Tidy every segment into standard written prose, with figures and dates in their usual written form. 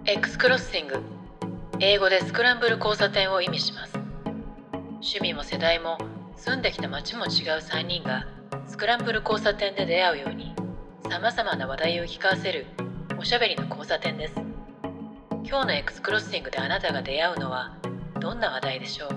X クロッシング、英語でスクランブル交差点を意味します。趣味も世代も住んできた街も違う3人がスクランブル交差点で出会うように、さまざまな話題を聞かせるおしゃべりの交差点です。今日の X クロッシングであなたが出会うのはどんな話題でしょう。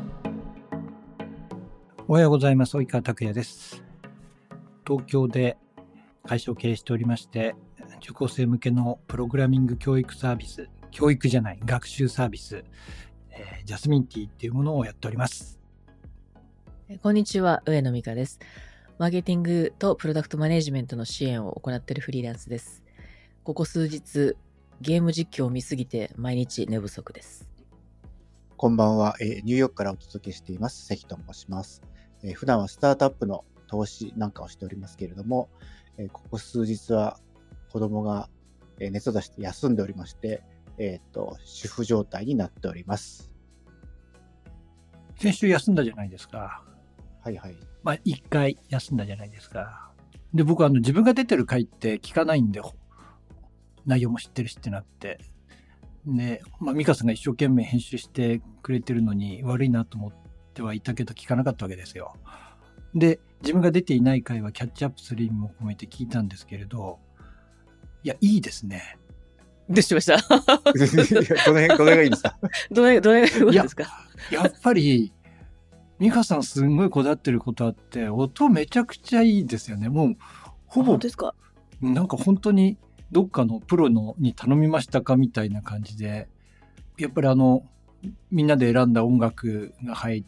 おはようございます。及川拓也です。東京で会社を経営しておりまして、受講生向けのプログラミング教育サービス、学習サービス、ジャスミンティっていうものをやっております。 こんにちは、上野美香です。マーケティングとプロダクトマネジメントの支援を行っているフリーランスです。ここ数日、ゲーム実況を見すぎて毎日寝不足です。 こんばんは、ニューヨークからお届けしています関と申します。普段はスタートアップの投資なんかをしておりますけれども、ここ数日は子供が熱を出して休んでおりまして、主婦状態になっております。 先週休んだじゃないですか。 はいはい。 1回休んだじゃないですか。で、僕は自分が出てる回って聞かないんで、内容も知ってるしってなって。で、美香さんが一生懸命編集してくれてるのに悪いなと思ってはいたけど聞かなかったわけですよ。で、自分が出ていない回はキャッチアップする意味も込めて聞いたんですけれど、いや、いいですね。 どうしましたどの辺がいいんですかどの辺ですか。 やっぱり、美香さんすんごいこだわってることあって、音めちゃくちゃいいですよね。もう、ほぼ、 ですか。 なんか本当にどっかのプロに頼みましたかみたいな感じで、やっぱりみんなで選んだ音楽が入って、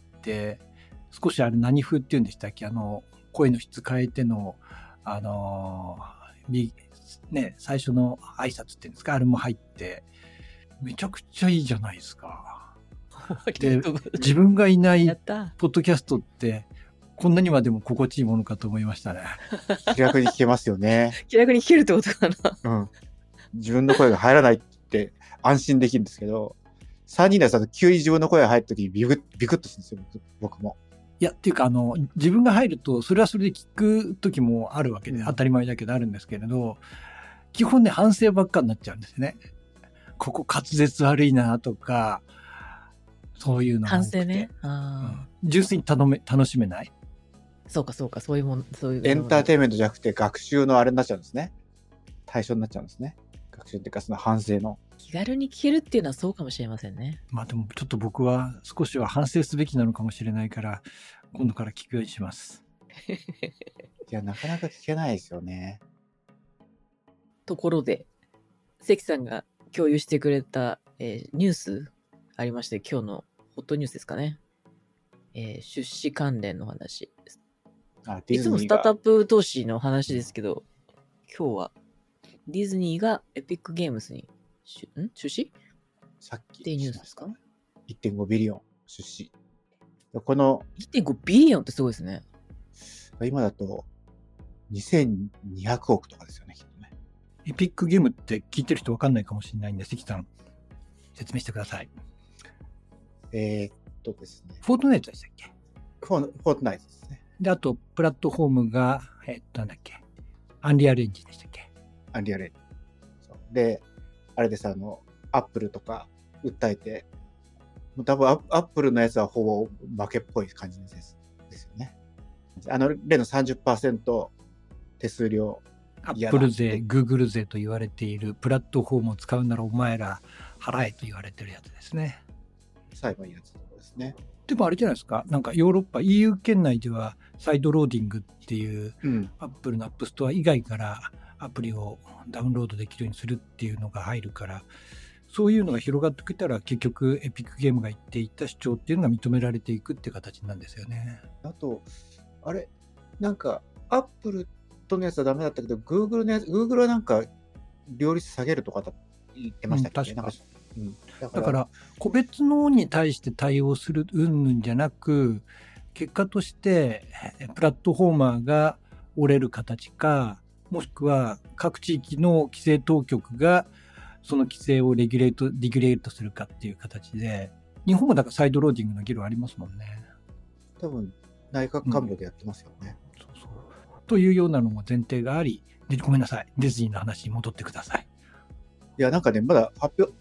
少し何風っていうんでしたっけ、声の質変えての、最初の挨拶っていうんですか、あれも入って、めちゃくちゃいいじゃないですか。で、自分がいないポッドキャストって、こんなにはでも心地いいものかと思いましたね。 気楽に聞けますよね。 気楽に聞けるってことかな。 うん。自分の声が入らないって安心できるんですけど、3人でさ、急に自分の声が入った時にビクッとするんですよ、僕も。 いや、っていうか、自分が入ると、それはそれで聞く時もあるわけで、当たり前だけどあるんですけれど、基本ね、反省ばっかになっちゃうんですね。ここ滑舌悪いなとか、そういうのが多くて。 反省ね。 純粋に楽しめない。 そうか、そういうもん、そういう。 エンターテインメントじゃなくて学習のあれになっちゃうんですね。対象になっちゃうんですね。学習っていうかその反省の。 気軽に聞けるっていうのはそうかもしれませんね。 でもちょっと僕は少しは反省すべきなのかもしれないから、今度から聞くようにします。 いや、なかなか聞けないですよね。 ところで、関さんが共有してくれた、ニュースありまして、今日のホットニュースですかね。出資関連の話。いつもスタートアップ投資の話ですけど、今日はディズニーがエピックゲームスに出資さっきっていうニュースですか。 1.5 ビリオン出資。この 1.5 ビリオンってすごいですね。 今だと2200億とかですよね、きっとね。 エピックゲームって聞いてる人分かんないかもしれないんで、関さん説明してください。 ですね。 フォートナイトでしたっけ？ フォートナイトですね。 で、あと、プラットフォームが、なんだっけ？アンリアルエンジンでしたっけ？ アンリアルエンジン。で、あれです、アップルとか訴えて、多分アップルのやつはほぼ負けっぽい感じですよね。例の 30% 手数料。 アップル税、グーグル税と言われているプラットフォームを使うならお前ら払えと言われてるやつですね。 裁判やつですね。 でもあれじゃないですか、なんかヨーロッパ EU 圏内ではサイドローディングっていう、アップルのアップストア以外からアプリをダウンロードできるようにするっていうのが入るから、そういうのが広がってきたら結局エピックゲームが言っていた主張っていうのが認められていくって形なんですよね。 あとなんかアップルとのやつはダメだったけど、グーグルはなんか両立下げるとか言ってましたっけ？ 確かだから個別のに対して対応する云々じゃなく、結果としてプラットフォーマーが折れる形か、もしくは各地域の規制当局がその規制をディギュレートするかっていう形で、日本もだからサイドローディングの議論ありますもんね。 多分内閣官房でやってますよね。 そうというようなのも前提があり、ごめんなさい、ディズニーの話に戻ってください。 いや、なんかね、まだ発表、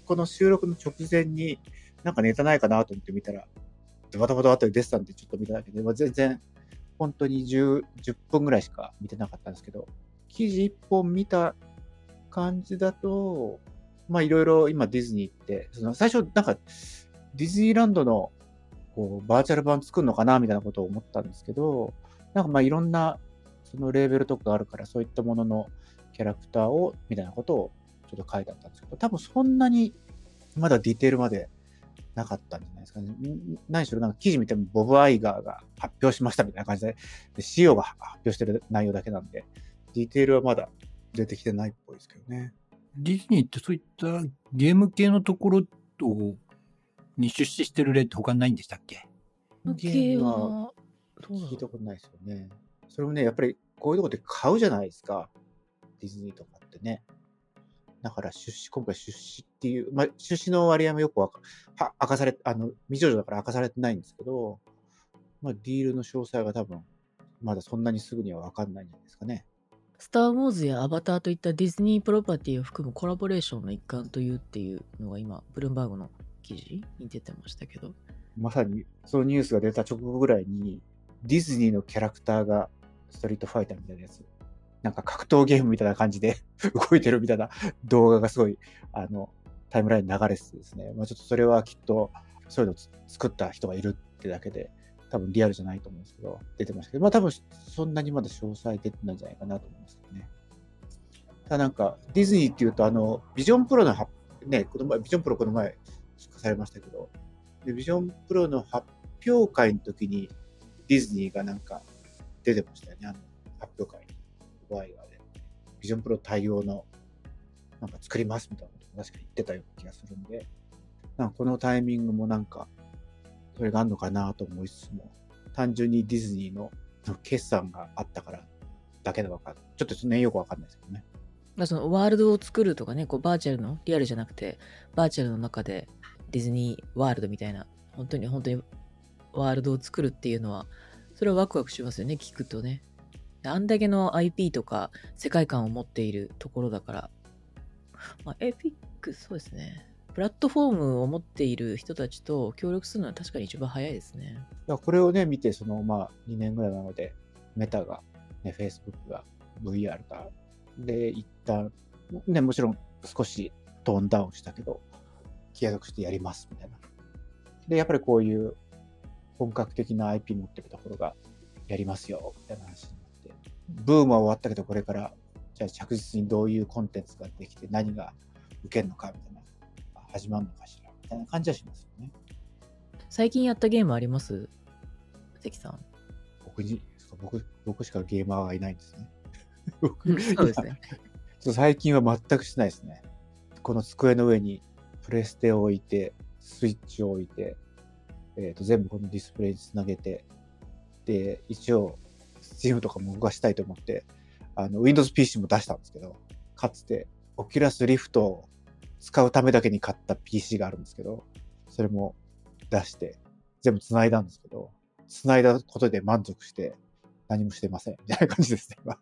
この収録の直前になんかネタないかなと思って見たら、バタバタバタ出てたんでちょっと見ただけで、全然本当に10分ぐらいしか見てなかったんですけど、記事1本見た感じだと、まあいろいろ今ディズニーって、最初なんかディズニーランドのこうバーチャル版作るのかなみたいなことを思ったんですけど、なんかまあいろんなそのレーベルとかがあるから、そういったもののキャラクターをみたいなことをちょっと書いてあったんですけど、多分そんなにまだディテールまでなかったんじゃないですかね。何しろなんか記事見てもボブ・アイガーが発表しましたみたいな感じで、CEO が発表してる内容だけなんで、ディテールはまだ出てきてないっぽいですけどね。 ディズニーってそういったゲーム系のところに出資してる例って他にないんでしたっけ？ ゲームは聞いたことないですよね。それもね、やっぱりこういうとこで買うじゃないですか。ディズニーとかってね。だから今回出資っていう、まあ、出資の割合もよく明かされ、未上場だから明かされてないんですけど、まあ、ディールの詳細が多分、まだそんなにすぐには分かんないんじゃないですかね。 スター・ウォーズやアバターといったディズニープロパティを含むコラボレーションの一環というっていうのが今、ブルームバーグの記事に出てましたけど。 まさにそのニュースが出た直後ぐらいに、ディズニーのキャラクターがストリートファイターみたいなやつ、なんか格闘ゲームみたいな感じで動いてるみたいな動画がすごい、タイムラインに流れててですね、まあちょっとそれはきっと、そういうのを作った人がいるってだけで、多分リアルじゃないと思うんですけど、出てましたけど、まあ多分そんなにまだ詳細出てないんじゃないかなと思いますけどね。ただなんか、ディズニーっていうと、ビジョンプロのね、ビジョンプロこの前出荷されましたけど、でビジョンプロの発表会の時にディズニーがなんか出てましたよね、発表会に。ワイガーで。ビジョンプロ対応のなんか作りますみたいなことを確かに言ってたような気がするんで、なんかこのタイミングもなんか、それがあるのかなと思いつつも、単純にディズニーの決算があったからだけなのか、ちょっとその辺よくわかんないですけどね。 そのワールドを作るとかね、こうバーチャルの、リアルじゃなくて、バーチャルの中でディズニーワールドみたいな、本当にワールドを作るっていうのは、それはワクワクしますよね、聞くとね。あんだけの IP とか世界観を持っているところだから、まあ、エピック、そうですね。プラットフォームを持っている人たちと協力するのは確かに一番早いですね。 これをね、見て、まあ、2年ぐらいなので、メタが、ね、Facebook が VR 化で、一旦、ね、もちろん少しトーンダウンしたけど、継続してやります、みたいな。で、やっぱりこういう本格的な IP 持ってるところがやりますよ、みたいな話になって。ブームは終わったけど、これから、じゃあ着実にどういうコンテンツができて、何が受けるのか、みたいな、始まるのかしら、みたいな感じはしますよね。 最近やったゲームあります？関さん。 僕しかゲーマーがいないんですね。 そうですね。 最近は全くしてないですね。この机の上にプレステを置いて、スイッチを置いて、全部このディスプレイにつなげて、で、一応、Steam とかも動かしたいと思って、Windows PC も出したんですけど、かつて、Oculus Rift を使うためだけに買った PC があるんですけど、それも出して、全部繋いだんですけど、繋いだことで満足して、何もしてません。みたいな感じですね、今。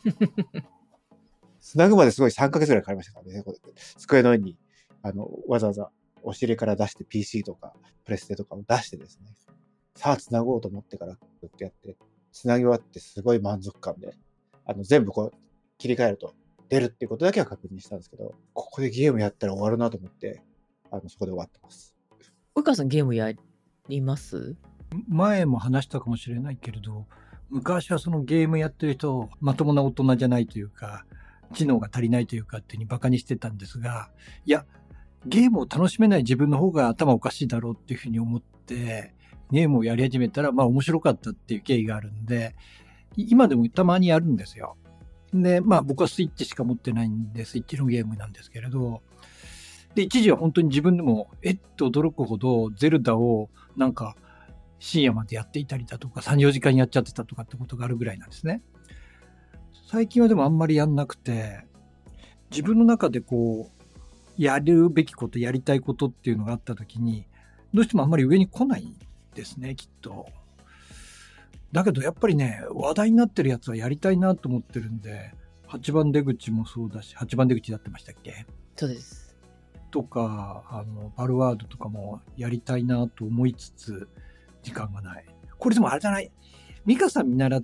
繋ぐまですごい3ヶ月ぐらいかかりましたからね。机の上に、わざわざお尻から出して PC とか、プレステとかを出してですね。さあ繋ごうと思ってから、ずっとやって、繋ぎ終わってすごい満足感で、全部こう、切り替えると出るっていうことだけは確認したんですけど、ここでゲームやったら終わるなと思って、そこで終わってます。 及川さんゲームやります？ 前も話したかもしれないけれど、昔はそのゲームやってる人をまともな大人じゃないというか、知能が足りないというかっていうにバカにしてたんですが、いや、ゲームを楽しめない自分の方が頭おかしいだろうっていうふうに思って、ゲームをやり始めたら、まあ面白かったっていう経緯があるんで、今でもたまにやるんですよ。で、まあ僕はスイッチしか持ってないんで、スイッチのゲームなんですけれど、で、一時は本当に自分でも、と驚くほど、ゼルダをなんか深夜までやっていたりだとか、3、4時間やっちゃってたとかってことがあるぐらいなんですね。最近はでもあんまりやんなくて、自分の中でこう、やるべきこと、やりたいことっていうのがあったときに、どうしてもあんまり上に来ないですね、きっと。だけどやっぱりね、話題になってるやつはやりたいなと思ってるんで、8番出口もそうだし、8番出口やってましたっけ？ そうです。 とか、バルワードとかもやりたいなと思いつつ、時間がない。これでもあれじゃない。ミカさん見習って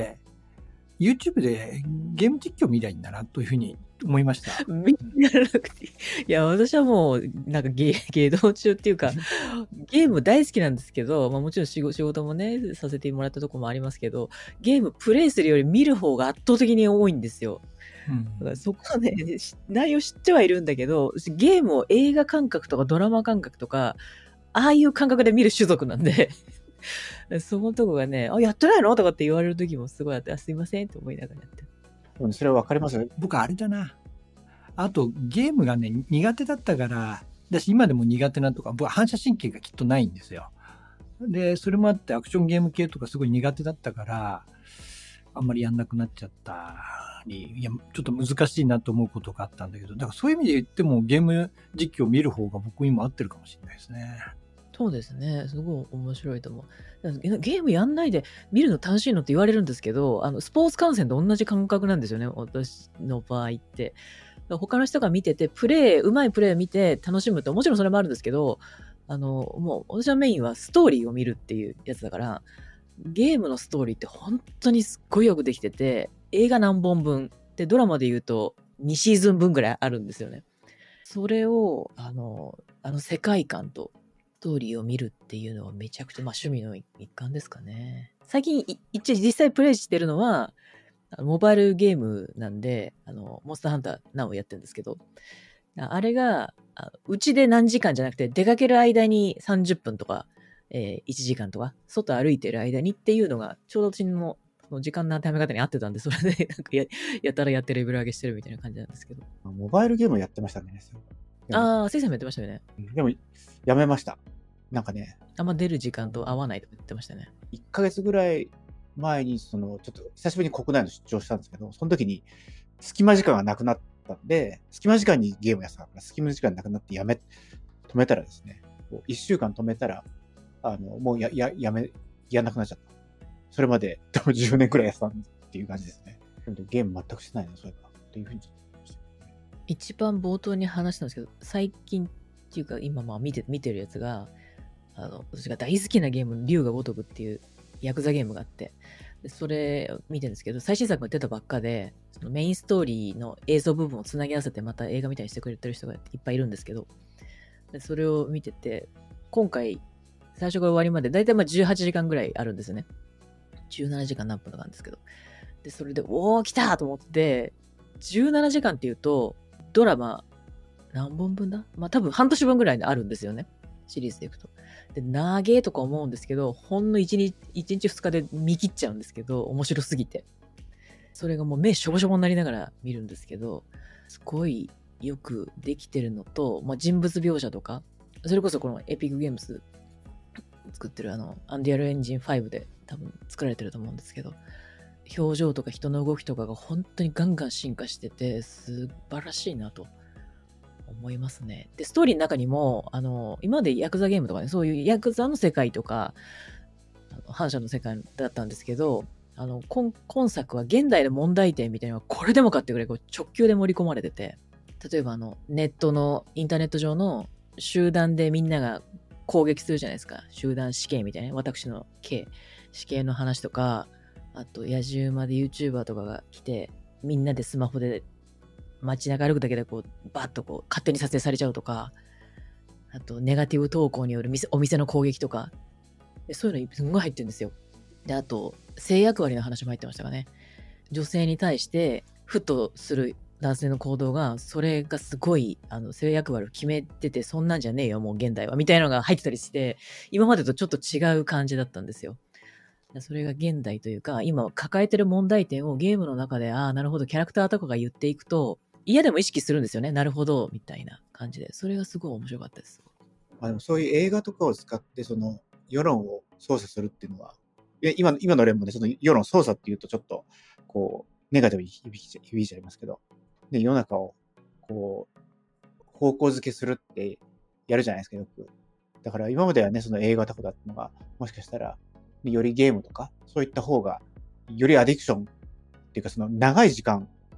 、YouTube でゲーム実況見りゃいいんだなというふうに思いました。 やらなくていい。いや、私はもう、なんか芸道中っていうか、ゲーム大好きなんですけど、もちろん仕事もね、させてもらったとこもありますけど、ゲームプレイするより見る方が圧倒的に多いんですよ。だからそこはね、内容知ってはいるんだけど、ゲームを映画感覚とかドラマ感覚とか、ああいう感覚で見る種族なんで、そのとこがね、やってないのとかって言われる時もすごいあって、すいませんって思いながらやってる。 それはわかりますよ。 僕あれだな。あとゲームがね、苦手だったから、だし今でも苦手なとか、僕は反射神経がきっとないんですよ。で、それもあってアクションゲーム系とかすごい苦手だったから、あんまりやんなくなっちゃったり、いや、ちょっと難しいなと思うことがあったんだけど、だからそういう意味で言ってもゲーム実況を見る方が僕にも合ってるかもしれないですね。 そうですね。すごい面白いと思う。ゲームやんないで見るの楽しいのって言われるんですけど、スポーツ観戦と同じ感覚なんですよね。私の場合って。他の人が見てて、うまいプレイ見て楽しむと、もちろんそれもあるんですけど、もう私はメインはストーリーを見るっていうやつだから、ゲームのストーリーって本当にすっごいよくできてて、映画何本分、で、ドラマで言うと2シーズン分ぐらいあるんですよね。それを、世界観とストーリーを見るっていうのはめちゃくちゃ、趣味の一環ですかね。最近、実際プレイしてるのは、モバイルゲームなんで、モンスターハンターナウをやってるんですけど、あれが、うちで何時間じゃなくて、出かける間に30分とか、1時間とか、外歩いてる間にっていうのが、ちょうど私の時間のため方に合ってたんで、それでなんかやたらやってレベル上げしてるみたいな感じなんですけど。 モバイルゲームやってましたね。 せいさんもやってましたよね。 でも、やめました。なんかね。 あんま出る時間と合わないとか言ってましたね。 1ヶ月ぐらい前に、ちょっと久しぶりに国内の出張したんですけど、その時に隙間時間がなくなったんで、隙間時間にゲームやってたから、隙間時間なくなって止めたらですね、1週間止めたら、もうやんなくなっちゃった。それまで多分10年くらいやってたっていう感じですね。ゲーム全くしてないな、そういえば。っていうふうにちょっと思いました、ね。 一番冒頭に話したんですけど、最近っていうか今見てるやつが、私が大好きなゲーム、竜が如くっていうヤクザゲームがあって、でそれを見てるんですけど、最新作が出たばっかで、そのメインストーリーの映像部分をつなぎ合わせてまた映画みたいにしてくれてる人がいっぱいいるんですけど、でそれを見てて、今回、最初から終わりまで、だいたい18時間ぐらいあるんですよね。17時間何分とかなんですけど。で、それで、来たと思って、17時間っていうと、ドラマ、何本分だ多分半年分ぐらいあるんですよね。シリーズでいくと。で、長えとか思うんですけど、ほんの1日2日で見切っちゃうんですけど、面白すぎて。それがもう目しょぼしょぼになりながら見るんですけど、すごいよくできてるのと、人物描写とか、それこそこのエピックゲームズ作ってるアンリアルエンジン5で多分作られてると思うんですけど、表情とか人の動きとかが本当にガンガン進化してて、素晴らしいなと思いますね。で、ストーリーの中にも、今までヤクザゲームとかね、そういうヤクザの世界とか、反社の世界だったんですけど、今作は現代の問題点みたいなのがこれでもかってぐらい直球で盛り込まれてて、例えばインターネット上の集団でみんなが攻撃するじゃないですか。集団死刑みたいな、私の死刑の話とか、あと野獣馬で YouTuber とかが来て、みんなでスマホで街中歩くだけでバッと勝手に撮影されちゃうとか、あとネガティブ投稿によるお店の攻撃とか、でそういうのすんごい入ってるんですよ。で、あと性役割の話も入ってましたかね。女性に対してふとする男性の行動が、それがすごい性役割を決めてて、そんなんじゃねえよもう現代はみたいなのが入ってたりして、今までとちょっと違う感じだったんですよ。それが現代というか、今抱えてる問題点をゲームの中で、なるほど、キャラクターとかが言っていくと、嫌でも意識するんですよね。なるほど、みたいな感じで。それがすごい面白かったです。 でもそういう映画とかを使って、世論を操作するっていうのは、今の例もね、世論操作っていうとちょっと、ネガティブに響いちゃいますけど、で、世の中を、方向づけするってやるじゃないですか、よく。だから今まではね、その映画とかだったのが、もしかしたら、よりゲームとか、そういった方が、よりアディクションっていうか、長い時間、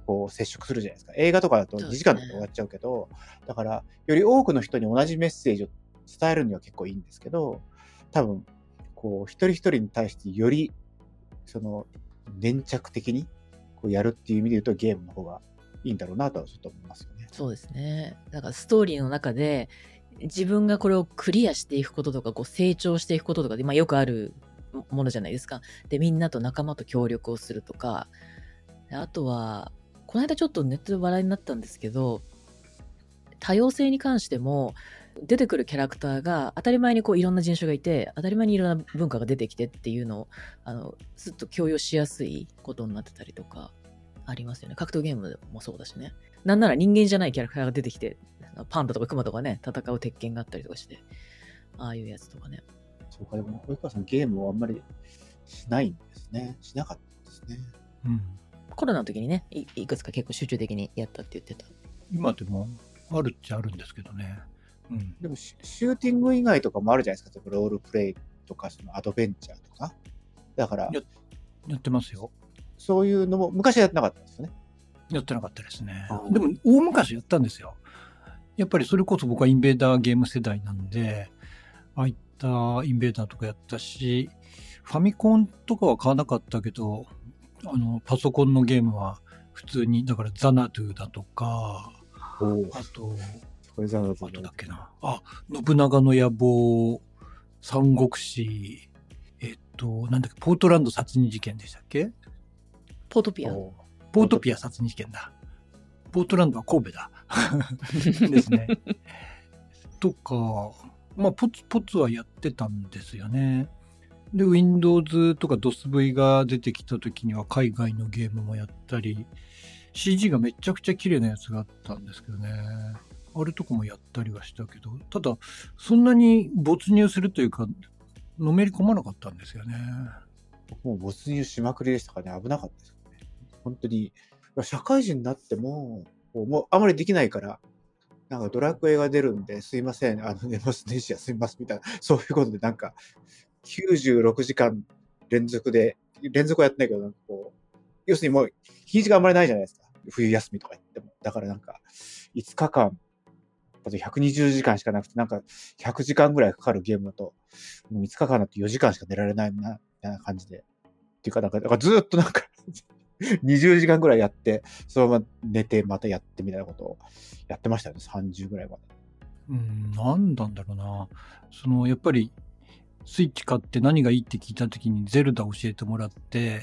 こう接触するじゃないですか。映画とかだと2時間で終わっちゃうけど、だからより多くの人に同じメッセージを伝えるには結構いいんですけど、多分こう一人一人に対してよりその粘着的にこうやるっていう意味で言うとゲームの方がいいんだろうなとはちょっと思いますよね。 そうですね。だからストーリーの中で自分がこれをクリアしていくこととか、こう成長していくこととかで、まあよくあるものじゃないですか。で、みんなと仲間と協力をするとか、あとは、この間ちょっとネットで話題になったんですけど、多様性に関しても、出てくるキャラクターが当たり前にこういろんな人種がいて、当たり前にいろんな文化が出てきてっていうのを、ずっと共有しやすいことになってたりとか、ありますよね。格闘ゲームもそうだしね。なんなら人間じゃないキャラクターが出てきて、パンダとかクマとかね、戦う鉄拳があったりとかして、ああいうやつとかね。 そうか、でも、及川さんゲームをあんまりしないんですね。しなかったですね。 うん。 コロナの時にね、いくつか結構集中的にやったって言ってた。 今でもあるっちゃあるんですけどね。うん。 でもシューティング以外とかもあるじゃないですか。例えばロールプレイとか、そのアドベンチャーとか。だから、 やってますよ。 そういうのも昔はやってなかったんですよね。 やってなかったですねあ。 でも、大昔やったんですよ。やっぱりそれこそ僕はインベーダーゲーム世代なんで、ああいったインベーダーとかやったし、ファミコンとかは買わなかったけど、パソコンのゲームは普通に、だからザナドゥだとか、あと、 これザナドゥあとだっけな。信長の野望、三国志、なんだっけ、ポートランド殺人事件でしたっけ？ ポートピア。 ポートピア殺人事件だ。ポートランドは神戸だ。ですね。とか、まあ、ポツポツはやってたんですよね。で、Windows とか DOSV が出てきた時には海外のゲームもやったり、CG がめちゃくちゃ綺麗なやつがあったんですけどね。あれとかもやったりはしたけど、ただ、そんなに没入するというか、のめり込まなかったんですよね。 僕も没入しまくりでしたからね、危なかったですよね。本当に、社会人になっても、もうあまりできないから、なんかドラクエが出るんで、すいません、年末年始休みますみたいな、そういうことでなんか、96時間連続はやってないけど、なんかこう、要するにもう、日にちがあんまりないじゃないですか。冬休みとか言っても。だからなんか、5日間、あと120時間しかなくて、なんか100時間ぐらいかかるゲームだと、もう5日間だと4時間しか寝られないな、みたいな感じで。っていうか、だからずっとなんか20時間ぐらいやって、そのまま寝て、またやってみたいなことをやってましたよね、30ぐらいまで。 なんなんだろうな。やっぱり、スイッチ買って何がいいって聞いた時にゼルダ教えてもらって、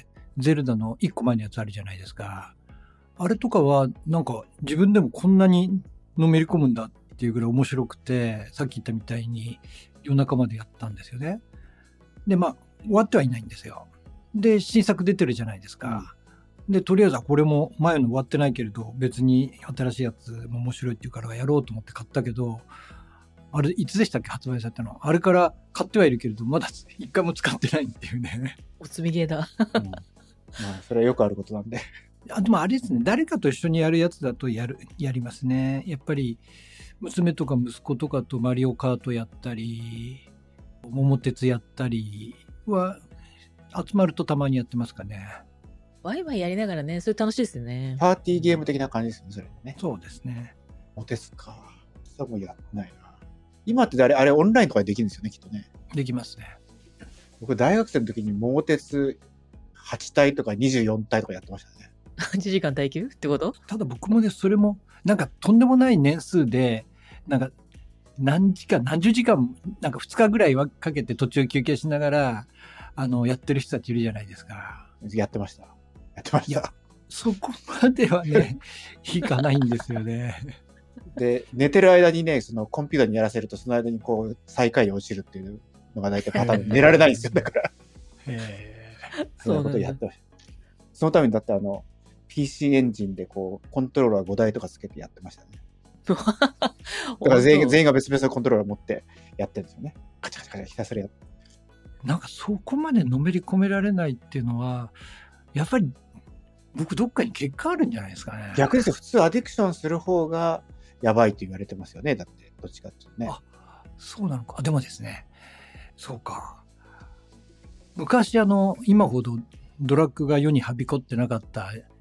ゼルダの1個前のやつあるじゃないですか。あれとかは、なんか自分でもこんなにのめり込むんだっていうぐらい面白くて、さっき言ったみたいに夜中までやったんですよね。で、まあ、終わってはいないんですよ。で、新作出てるじゃないですか。で、とりあえずはこれも前の終わってないけれど、別に新しいやつも面白いっていうからやろうと思って買ったけど、あれ、いつでしたっけ発売されたの？あれから買ってはいるけれど、まだ一回も使ってないっていうね。 お積みゲーだ。 まあ、それはよくあることなんで。 でもあれですね、誰かと一緒にやるやつだとやりますね。やっぱり、娘とか息子とかとマリオカートやったり、桃鉄やったりは、集まるとたまにやってますかね。 ワイワイやりながらね、それ楽しいですよね。 パーティーゲーム的な感じですね、それね。 そうですね。 モテスか。さもやってないな。今ってあれオンラインとかでできるんですよね、きっとね。 できますね。 僕、大学生の時に桃鉄8体とか24体とかやってましたね。 8時間耐久ってこと？ ただ僕もね、それも、なんかとんでもない年数で、なんか何十時間、なんか2日ぐらいはかけて途中休憩しながら、やってる人たちいるじゃないですか。 やってました。 いや、そこまではね、いかないんですよね。 で、寝てる間にね、そのコンピューターにやらせると、その間にこう、最下位に落ちるっていうのが大体パターンで寝られないんですよ、だから。そんなことやってました。そのためにだってPC エンジンでこう、コントローラー5台とかつけてやってましたね。だから全員が別々のコントローラー持ってやってるんですよね。カチャカチャカチャひたすらやって。 なんかそこまでのめり込められないっていうのは、やっぱり僕どっかに結果あるんじゃないですかね。 逆ですよ。普通アディクションする方がやばいと言われてますよね。だって、どっちかっていうとね。 そうなのか。でもですね、そうか。昔今ほどドラッグが世にはびこってなかった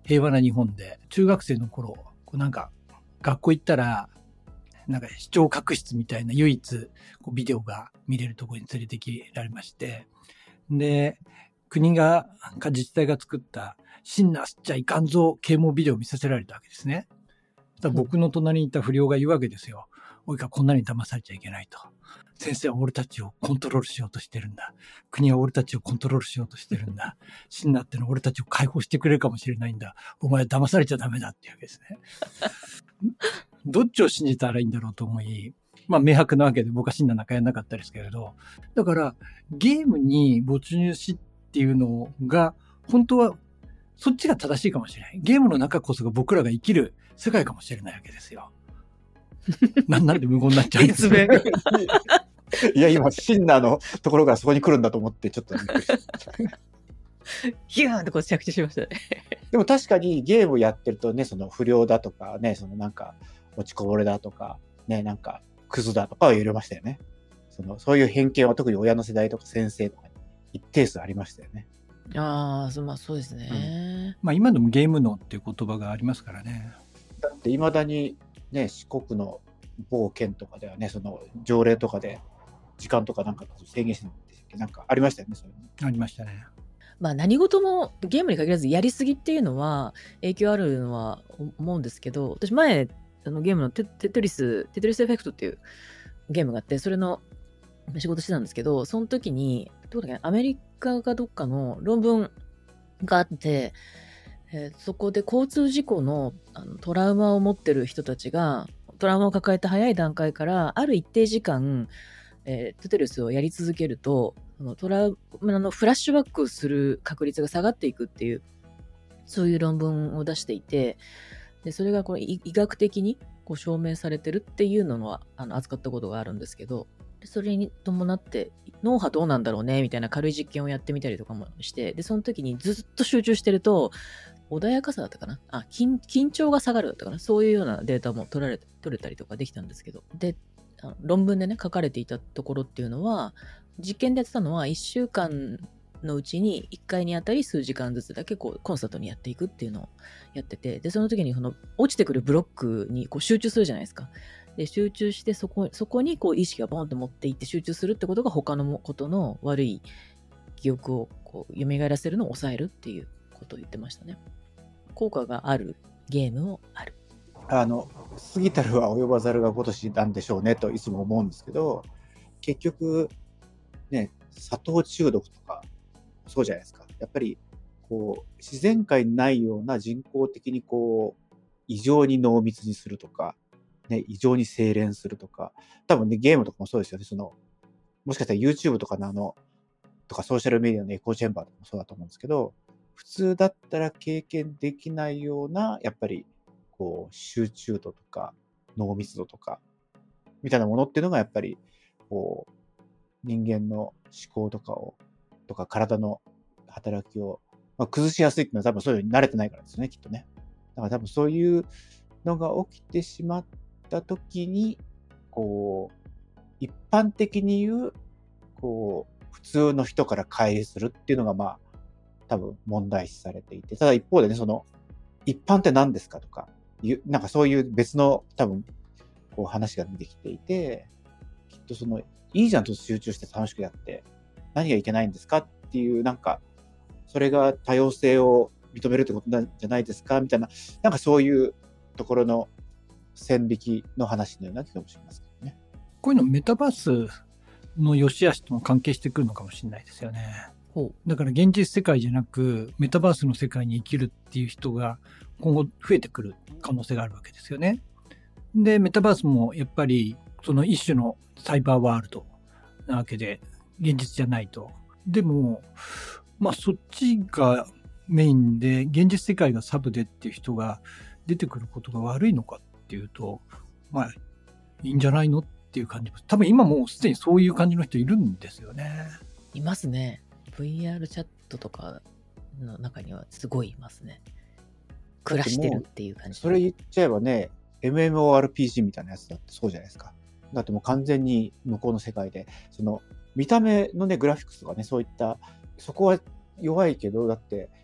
平和な日本で、中学生の頃、なんか学校行ったら、なんか視聴覚室みたいな唯一ビデオが見れるところに連れてきられまして、で、国が、自治体が作ったシンナー吸っちゃいかんぞ啓蒙ビデオを見させられたわけですね。僕の隣にいた不良が言うわけですよ。おいか、こんなに騙されちゃいけないと。先生は俺たちをコントロールしようとしてるんだ。国は俺たちをコントロールしようとしてるんだ。シンナーってのは俺たちを解放してくれるかもしれないんだ。お前は騙されちゃダメだっていうわけですね。どっちを信じたらいいんだろうと思い、明白なわけで僕はシンナーなんかやんなかったですけれど、だからゲームに没入しっていうのが本当はそっちが正しいかもしれない。ゲームの中こそが僕らが生きる世界かもしれないわけですよ。なんで無言になっちゃうんですか。 いや、今、シンナーのところからそこに来るんだと思って、ちょっとびっくりした。 ヒューンって着地しましたね。 でも確かにゲームやってるとね、その不良だとかね、そのなんか落ちこぼれだとか、ね、なんかクズだとかは言われましたよね。そういう偏見は特に親の世代とか先生とかに一定数ありましたよね。 ああ、そうですね。 今でもゲーム脳っていう言葉がありますからね。 だって未だにね、四国の某県とかではね、その条例とかで時間とかなんか制限してなんかありましたよね、そういうの。 ありましたね。 何事もゲームに限らずやりすぎっていうのは影響あるのは思うんですけど、私前ゲームのテトリスエフェクトっていうゲームがあって、それの仕事してたんですけど、その時にどうだっけ、アメリカかどっかの論文があって、そこで交通事故のトラウマを持ってる人たちがトラウマを抱えた早い段階からある一定時間、テトリスをやり続けるとトラウマのフラッシュバックする確率が下がっていくっていう、そういう論文を出していて、でそれが医学的に証明されてるっていうのは扱ったことがあるんですけど、それに伴って脳波どうなんだろうねみたいな軽い実験をやってみたりとかもして、でその時にずっと集中してると穏やかさだったかな、緊張が下がるだったかな、そういうようなデータも取れたりとかできたんですけど、で論文でね書かれていたところっていうのは、実験でやってたのは1週間のうちに1回にあたり数時間ずつだけコンスタントにやっていくっていうのをやってて、でその時に落ちてくるブロックに集中するじゃないですか。で集中してそこに意識がボンと持っていって集中するってことが他のことの悪い記憶を蘇らせるのを抑えるっていうことを言ってましたね。効果があるゲームもある。 過ぎたるは及ばざるが如しなんでしょうねといつも思うんですけど、結局ね、砂糖中毒とかそうじゃないですか。やっぱり自然界にないような人工的に異常に濃密にするとか、ね、異常に精錬するとか、多分ね、ゲームとかもそうですよね。もしかしたら YouTube とかとかソーシャルメディアのエコーチェンバーとかもそうだと思うんですけど、普通だったら経験できないような、やっぱり集中度とか濃密度とかみたいなものっていうのがやっぱり人間の思考とか体の働きを、崩しやすいっていうのは多分そういうのに慣れてないからですね、きっとね。だから多分そういうのが起きてしまった時に一般的に言う普通の人から乖離するっていうのが多分問題視されていて、ただ一方でね、一般って何ですかとかなんかそういう別の多分話が出てきていて、きっといいじゃんと集中して楽しくやって何がいけないんですかっていう、なんかそれが多様性を認めるってことなんじゃないですかみたいな、なんかそういうところの線引きの話のような気がしますけどね。 こういうのメタバースの良し悪しとも関係してくるのかもしれないですよね。だから現実世界じゃなくメタバースの世界に生きるっていう人が今後増えてくる可能性があるわけですよね。でメタバースもやっぱりその一種のサイバーワールドなわけで、現実じゃないと。でもそっちがメインで現実世界がサブでっていう人が出てくることが悪いのかっていうと、いいんじゃないのっていう感じです。多分今もうすでにそういう感じの人いるんですよね。 いますね。VR チャットとかの中にはすごいいますね。暮らしてるっていう感じ。 それ言っちゃえばね、MMORPG みたいなやつだってそうじゃないですか。だってもう完全に向こうの世界で、見た目のね、グラフィックスとかね、そういった、そこは弱いけど、だって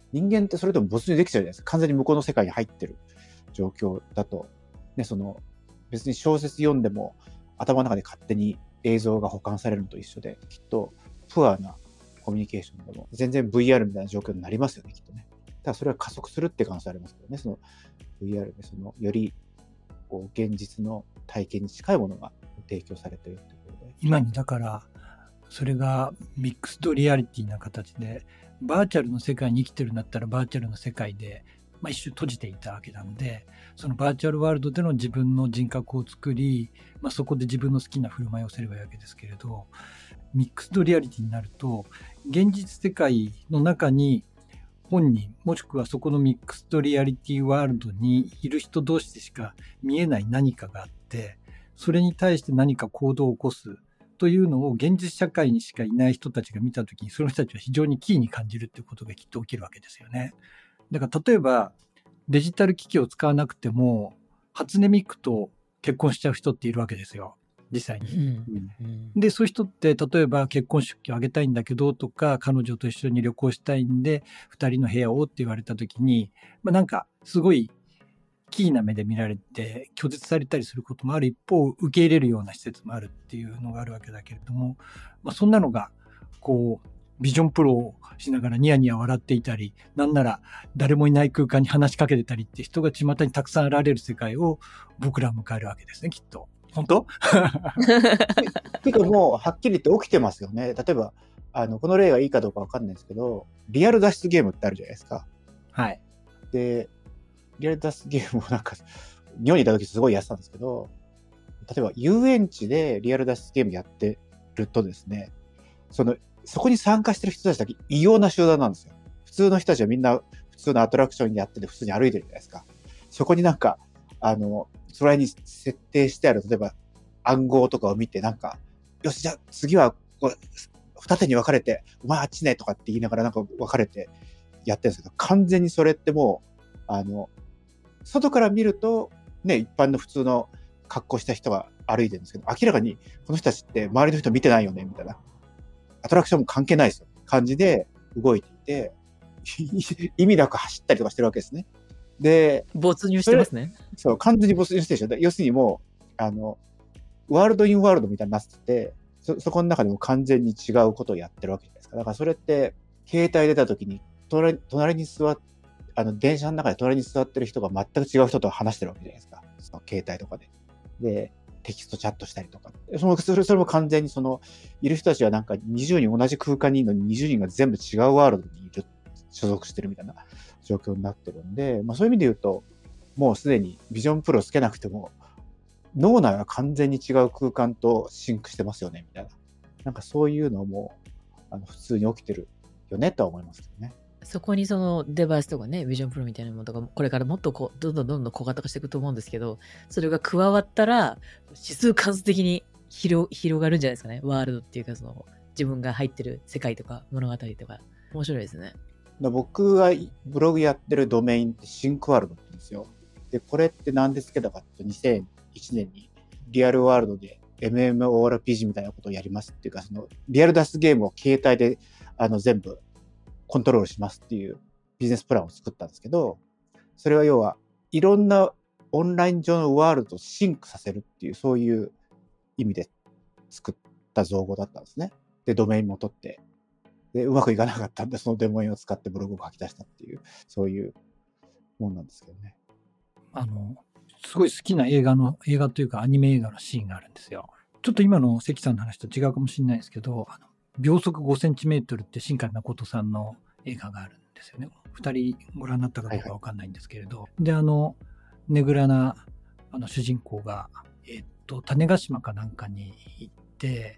人間ってそれでも没入できちゃうじゃないですか。完全に向こうの世界に入ってる状況だと、ね、別に小説読んでも頭の中で勝手に映像が保管されるのと一緒で、きっとプアなコミュニケーションでも全然 VR みたいな状況になりますよね、きっとね。ただそれは加速するって可能性ありますけどね、VR でより現実の体験に近いものが提供されているということで。 今にだからそれがミックスドリアリティな形で、バーチャルの世界に生きてるんだったらバーチャルの世界で、一瞬閉じていたわけなので、そのバーチャルワールドでの自分の人格を作り、そこで自分の好きな振る舞いをすればいいわけですけれど、ミックスドリアリティになると、現実世界の中に本人、もしくはそこのミックスドリアリティワールドにいる人同士でしか見えない何かがあって、それに対して何か行動を起こすというのを現実社会にしかいない人たちが見たときに、その人たちは非常にキーに感じるっていうことがきっと起きるわけですよね。だから例えばデジタル機器を使わなくても初音ミクと結婚しちゃう人っているわけですよ、実際に。で、そういう人って例えば結婚式を挙げたいんだけどとか、彼女と一緒に旅行したいんで2人の部屋をって言われたときに、なんかすごいキーな目で見られて拒絶されたりすることもある一方、受け入れるような施設もあるっていうのがあるわけだけれども、そんなのがビジョンプロをしながらニヤニヤ笑っていたり、なんなら誰もいない空間に話しかけてたりって人が巷にたくさん現れる世界を僕らは迎えるわけですね、きっと。本当？ けどもうはっきり言って起きてますよね。例えばこの例がいいかどうかわかんないですけど、リアル脱出ゲームってあるじゃないですか。 はい。 で、リアル脱出ゲームを日本にいた時すごいやってたんですけど、例えば遊園地でリアル脱出ゲームやってるとですね、そこに参加してる人たちだけ異様な集団なんですよ。普通の人たちはみんな普通のアトラクションやってて普通に歩いてるじゃないですか。そこにそれに設定してある、例えば暗号とかを見てよし、じゃあ次は二手に分かれて、お前あっちねとかって言いながら分かれてやってるんですけど、完全にそれってもう、外から見ると、ね、一般の普通の格好した人が歩いてるんですけど、明らかにこの人たちって周りの人見てないよね、みたいな。アトラクションも関係ないですよ。感じで動いていて、意味なく走ったりとかしてるわけですね。で、 没入してますね。 そう、完全に没入してるでしょ。要するにもう、ワールドインワールドみたいになってて、そこの中でも完全に違うことをやってるわけじゃないですか。だからそれって、携帯出た時に、隣に座って、電車の中で隣に座ってる人が全く違う人と話してるわけじゃないですか。その携帯とかで。で、テキストチャットしたりとか。それも完全にいる人たちは20人同じ空間にいるのに20人が全部違うワールドにいる、所属してるみたいな状況になってるんで、そういう意味で言うと、もうすでにビジョンプロつけなくても、脳内は完全に違う空間とシンクしてますよね、みたいな。そういうのも、普通に起きてるよね、とは思いますけどね。 そこにデバイスとかね、ビジョンプロみたいなものとか、これからもっとどんどん小型化していくと思うんですけど、それが加わったら、指数関数的に広がるんじゃないですかね。ワールドっていうか、自分が入ってる世界とか物語とか。面白いですね。 僕がブログやってるドメインってシンクワールドって言うんですよ。で、これって何でつけたかって2001年にリアルワールドで MMORPG みたいなことをやりますっていうか、リアル脱出ゲームを携帯で全部コントロールしますっていうビジネスプランを作ったんですけど、それは要はいろんなオンライン上のワールドとシンクさせるっていう、そういう意味で作った造語だったんですね。で、ドメインも取って。で、うまくいかなかったんで、そのドメインを使ってブログを書き出したっていう、そういうもんなんですけどね。 すごい好きな映画というかアニメ映画のシーンがあるんですよ。ちょっと今の関さんの話と違うかもしれないですけど、秒速5センチメートルって新海誠さんの映画があるんですよね。2人ご覧になったかどうかわかんないんですけれど。で、ねぐらな主人公が、種子島かなんかに行って、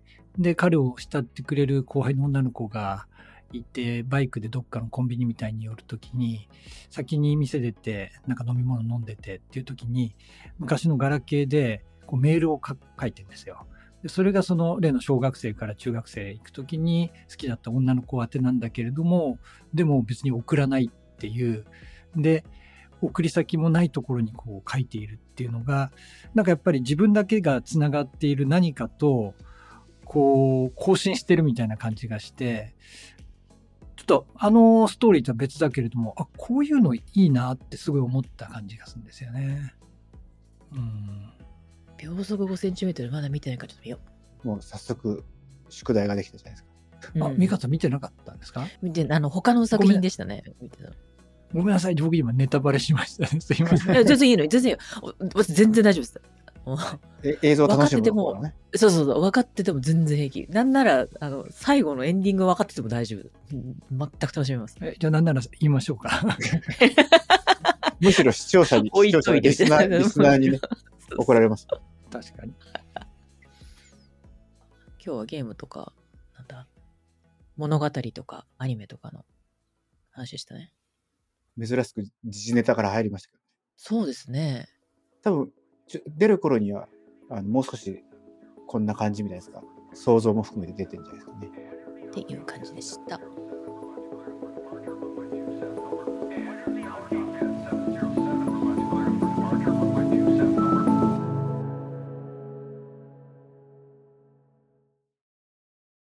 で、彼を慕ってくれる後輩の女の子がいて、バイクでどっかのコンビニみたいに寄るときに、先に店出て、飲み物飲んでてっていうときに、昔のガラケーでメールを書いてるんですよ。でそれが例の小学生から中学生行くときに好きだった女の子宛てなんだけれども、でも別に送らないっていう。で、送り先もないところに書いているっていうのが、やっぱり自分だけがつながっている何かと、更新してるみたいな感じがして、 ちょっとストーリーとは別だけれども、こういうのいいなってすごい思った感じがするんですよね。 秒速 5cm まだ見てないからちょっと見よもう早速、宿題ができたじゃないですか。 う。 ミカさん見てなかったんですか？ 見て、他の作品でしたね。見てた。 ごめんなさい、僕今ネタバレしましたね。すいません。 いや全然いいの、全然いいよ。全然大丈夫です。 映像を楽しむ分かってても方がね。 そう、分かってても全然平気。なんなら、最後のエンディング分かってても大丈夫。全く楽しめます。 じゃあなんなら言いましょうか。 むしろ視聴者に、 置いといてリスナーにね、怒られます。 確かに。 今日はゲームとか、物語とか、アニメとかの話でしたね。 珍しく時事ネタから入りましたけど。 そうですね。 多分、出る頃には、もう少しこんな感じみたいですか。想像も含めて出てるんじゃないですかね。 っていう感じでした。